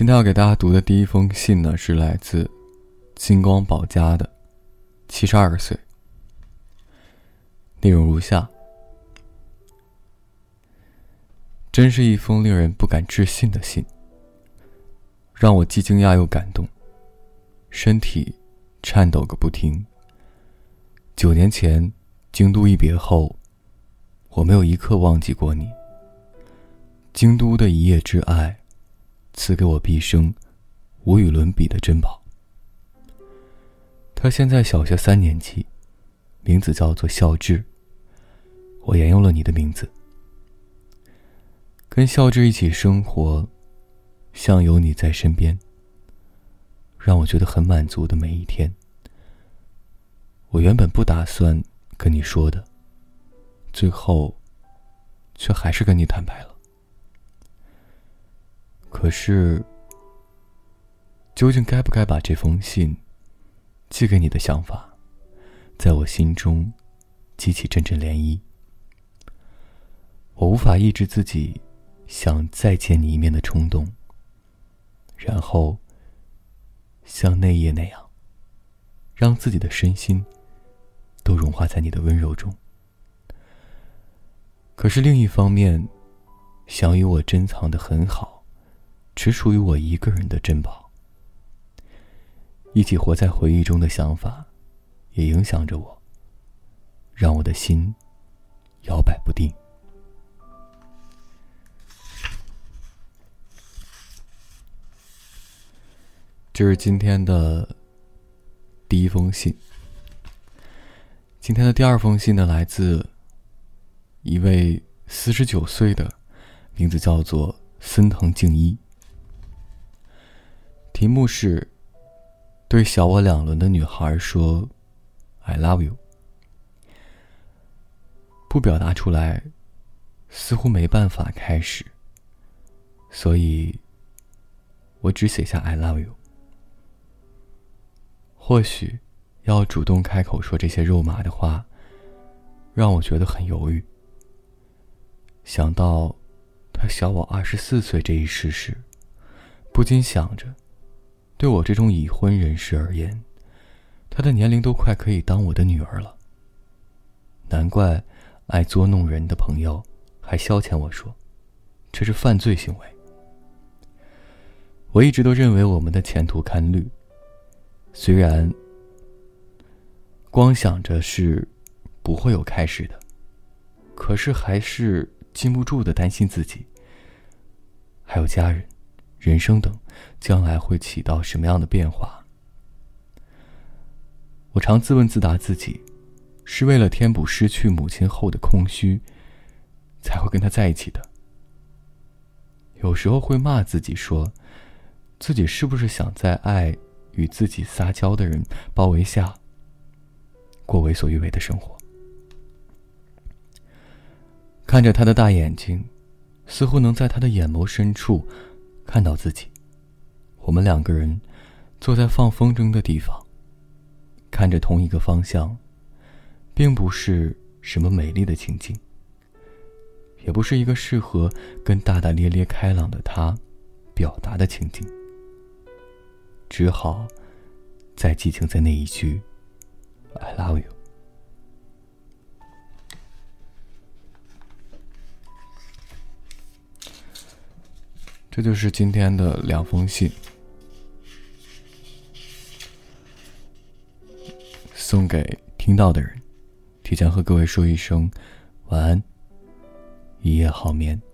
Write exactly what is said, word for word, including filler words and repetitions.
今天要给大家读的第一封信呢，是来自金光宝家的七十二岁，内容如下：真是一封令人不敢置信的信，让我既惊讶又感动，身体颤抖个不停。九年前京都一别后，我没有一刻忘记过你。京都的一夜之爱，赐给我毕生无与伦比的珍宝。他现在小学三年级，名字叫做孝志，我沿用了你的名字。跟孝志一起生活，像有你在身边，让我觉得很满足的每一天。我原本不打算跟你说的，最后却还是跟你坦白了。可是究竟该不该把这封信寄给你的想法，在我心中激起阵阵涟漪。我无法抑制自己想再见你一面的冲动，然后像那夜那样，让自己的身心都融化在你的温柔中。可是另一方面，想与我珍藏得很好，只属于我一个人的珍宝，一起活在回忆中的想法也影响着我，让我的心摇摆不定。这是今天的第一封信。今天的第二封信呢，来自一位四十九岁的，名字叫做森藤静一。题目是对小我两轮的女孩说 I love you。 不表达出来似乎没办法开始，所以我只写下 I love you。 或许要主动开口说这些肉麻的话，让我觉得很犹豫。想到他小我二十四岁这一事实，不禁想着，对我这种已婚人士而言，他的年龄都快可以当我的女儿了。难怪爱捉弄人的朋友还消遣我说，这是犯罪行为。我一直都认为我们的前途堪虑，虽然光想着是不会有开始的，可是还是禁不住的担心自己，还有家人、人生等将来会起到什么样的变化。我常自问自答自己，是为了填补失去母亲后的空虚，才会跟他在一起的。有时候会骂自己说，自己是不是想在爱与自己撒娇的人包围下，过为所欲为的生活。看着他的大眼睛，似乎能在他的眼眸深处看到自己。我们两个人坐在放风筝的地方，看着同一个方向，并不是什么美丽的情景，也不是一个适合跟大大咧咧开朗的他表达的情景，只好再寄情在那一句 I love you。 这就是今天的两封信，送给听到的人，提前和各位说一声晚安，一夜好眠。